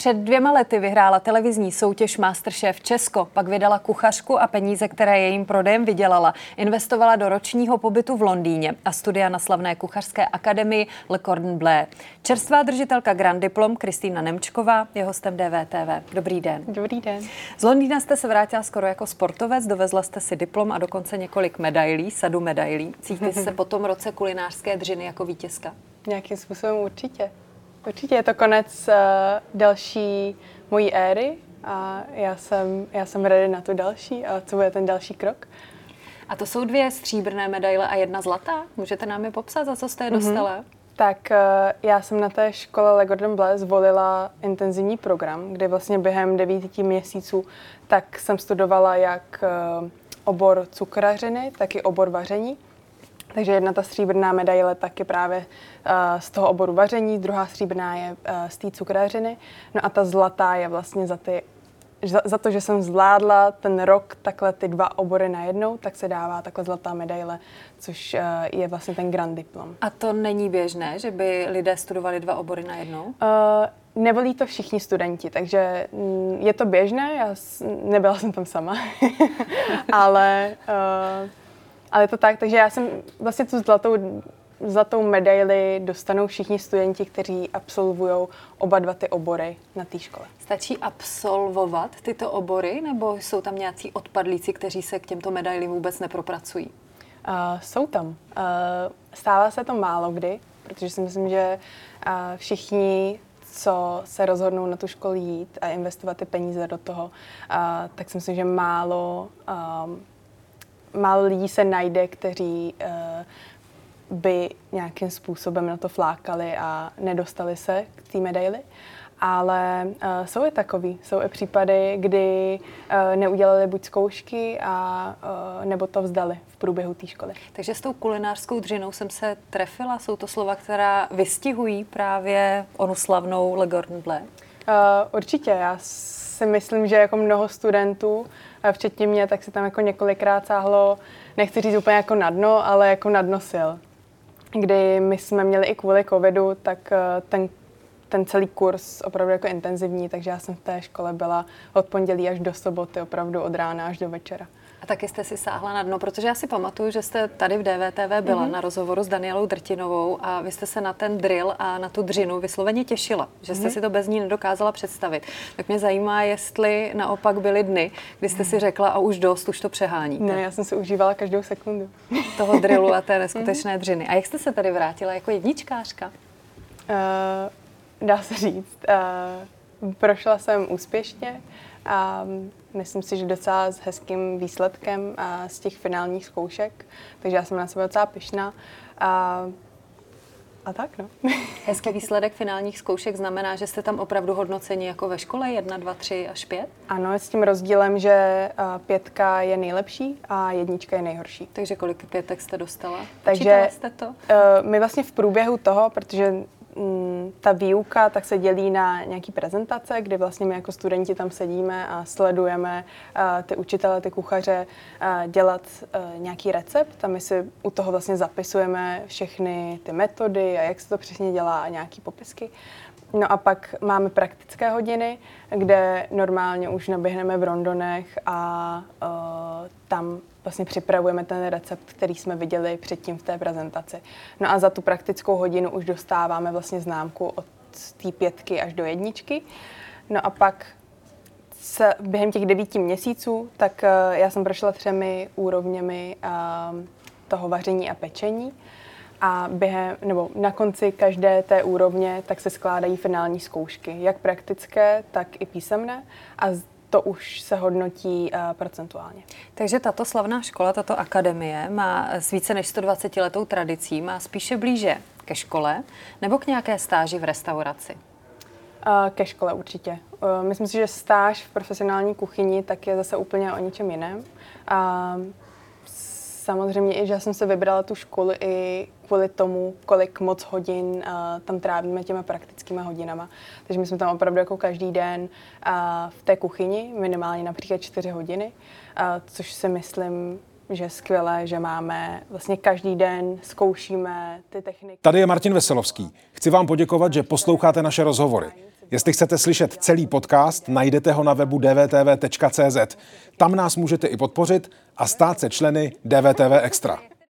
Před 2 lety vyhrála televizní soutěž Masterchef Česko, pak vydala kuchařku a peníze, které jejím prodejem vydělala, investovala do ročního pobytu v Londýně a studia na slavné kuchařské akademii Le Cordon Bleu. Čerstvá držitelka Grand Diplom Kristýna Nemčková je hostem DVTV. Dobrý den. Dobrý den. Z Londýna jste se vrátila skoro jako sportovec, dovezla jste si diplom a dokonce několik medailí, sadu medailí. Cítíte se po tom roce kulinářské dřiny jako vítězka? Nějakým způsobem určitě. Určitě je to konec další mojí éry a já jsem ready na tu další a co bude ten další krok. A to jsou 2 stříbrné medaile a 1 zlatá? Můžete nám je popsat, za co jste je dostala? Tak já jsem na té škole Le Cordon Bleu zvolila intenzivní program, kde vlastně během 9 měsíců tak jsem studovala jak obor cukrařiny, tak i obor vaření. Takže jedna ta stříbrná medaile tak je právě z toho oboru vaření, druhá stříbrná je z té cukrařiny. No a ta zlatá je vlastně za to, že jsem zvládla ten rok takhle ty 2 obory najednou, tak se dává takhle zlatá medaile, což je vlastně ten Grand Diplom. A to není běžné, že by lidé studovali 2 obory najednou? Nevolí to všichni studenti, takže je to běžné, nebyla jsem tam sama, ale je to tak, takže já jsem vlastně tu zlatou medaili dostanou všichni studenti, kteří absolvují oba 2 ty obory na té škole. Stačí absolvovat tyto obory, nebo jsou tam nějací odpadlíci, kteří se k těmto medailím vůbec nepropracují? Jsou tam. Stává se to málo kdy, protože si myslím, že všichni, co se rozhodnou na tu školu jít a investovat ty peníze do toho, tak si myslím, že málo lidí se najde, kteří by nějakým způsobem na to flákali a nedostali se k té medaili. Ale jsou i takový. Jsou i případy, kdy neudělali buď zkoušky nebo to vzdali v průběhu té školy. Takže s tou kulinářskou dřinou jsem se trefila. Jsou to slova, která vystihují právě onu slavnou Le Cordon Bleu? Určitě. Já si myslím, že jako mnoho studentů, včetně mě, tak se tam jako několikrát sáhlo, nechci říct úplně jako na dno, ale jako na dno sil. Kdy my jsme měli i kvůli covidu, tak ten celý kurz opravdu jako intenzivní, takže já jsem v té škole byla od pondělí až do soboty, opravdu od rána až do večera. A taky jste si sáhla na dno, protože já si pamatuju, že jste tady v DVTV byla na rozhovoru s Danielou Drtinovou a vy jste se na ten drill a na tu dřinu vysloveně těšila, že jste si to bez ní nedokázala představit. Tak mě zajímá, jestli naopak byly dny, kdy jste si řekla a už dost, už to přeháníte. Ne, já jsem si užívala každou sekundu. Toho drillu a té neskutečné dřiny. A jak jste se tady vrátila jako jedničkářka? Dá se říct. Prošla jsem úspěšně a myslím si, že docela s hezkým výsledkem z těch finálních zkoušek, takže já jsem na sebe docela pyšná. A tak, no. Hezký výsledek finálních zkoušek znamená, že jste tam opravdu hodnoceni jako ve škole 1, 2, 3 až 5? Ano, s tím rozdílem, že 5 je nejlepší a 1 je nejhorší. Takže kolik 5 jste dostala? Takže jste to? My vlastně v průběhu toho, protože ta výuka tak se dělí na nějaký prezentace, kdy vlastně my jako studenti tam sedíme a sledujeme ty učitele, ty kuchaře dělat nějaký recept a my si u toho vlastně zapisujeme všechny ty metody a jak se to přesně dělá a nějaký popisky. No a pak máme praktické hodiny, kde normálně už naběhneme v rondonech a tam vlastně připravujeme ten recept, který jsme viděli předtím v té prezentaci. No a za tu praktickou hodinu už dostáváme vlastně známku od té 5 až do 1. No a pak během těch 9 měsíců, tak já jsem prošla 3 úrovněmi toho vaření a pečení. A na konci každé té úrovně tak se skládají finální zkoušky, jak praktické, tak i písemné. A to už se hodnotí procentuálně. Takže tato slavná škola, tato akademie má s více než 120letou tradicí, má spíše blíže ke škole nebo k nějaké stáži v restauraci? Ke škole určitě. Myslím si, že stáž v profesionální kuchyni tak je zase úplně o ničem jiném. Samozřejmě i, že jsem se vybrala tu školu i kvůli tomu, kolik moc hodin tam trávíme těma praktickými hodinama. Takže my jsme tam opravdu jako každý den v té kuchyni, minimálně například 4 hodiny, což si myslím, že je skvělé, že máme vlastně každý den, zkoušíme ty techniky. Tady je Martin Veselovský. Chci vám poděkovat, že posloucháte naše rozhovory. Jestli chcete slyšet celý podcast, najdete ho na webu dvtv.cz. Tam nás můžete i podpořit a stát se členy DVTV Extra.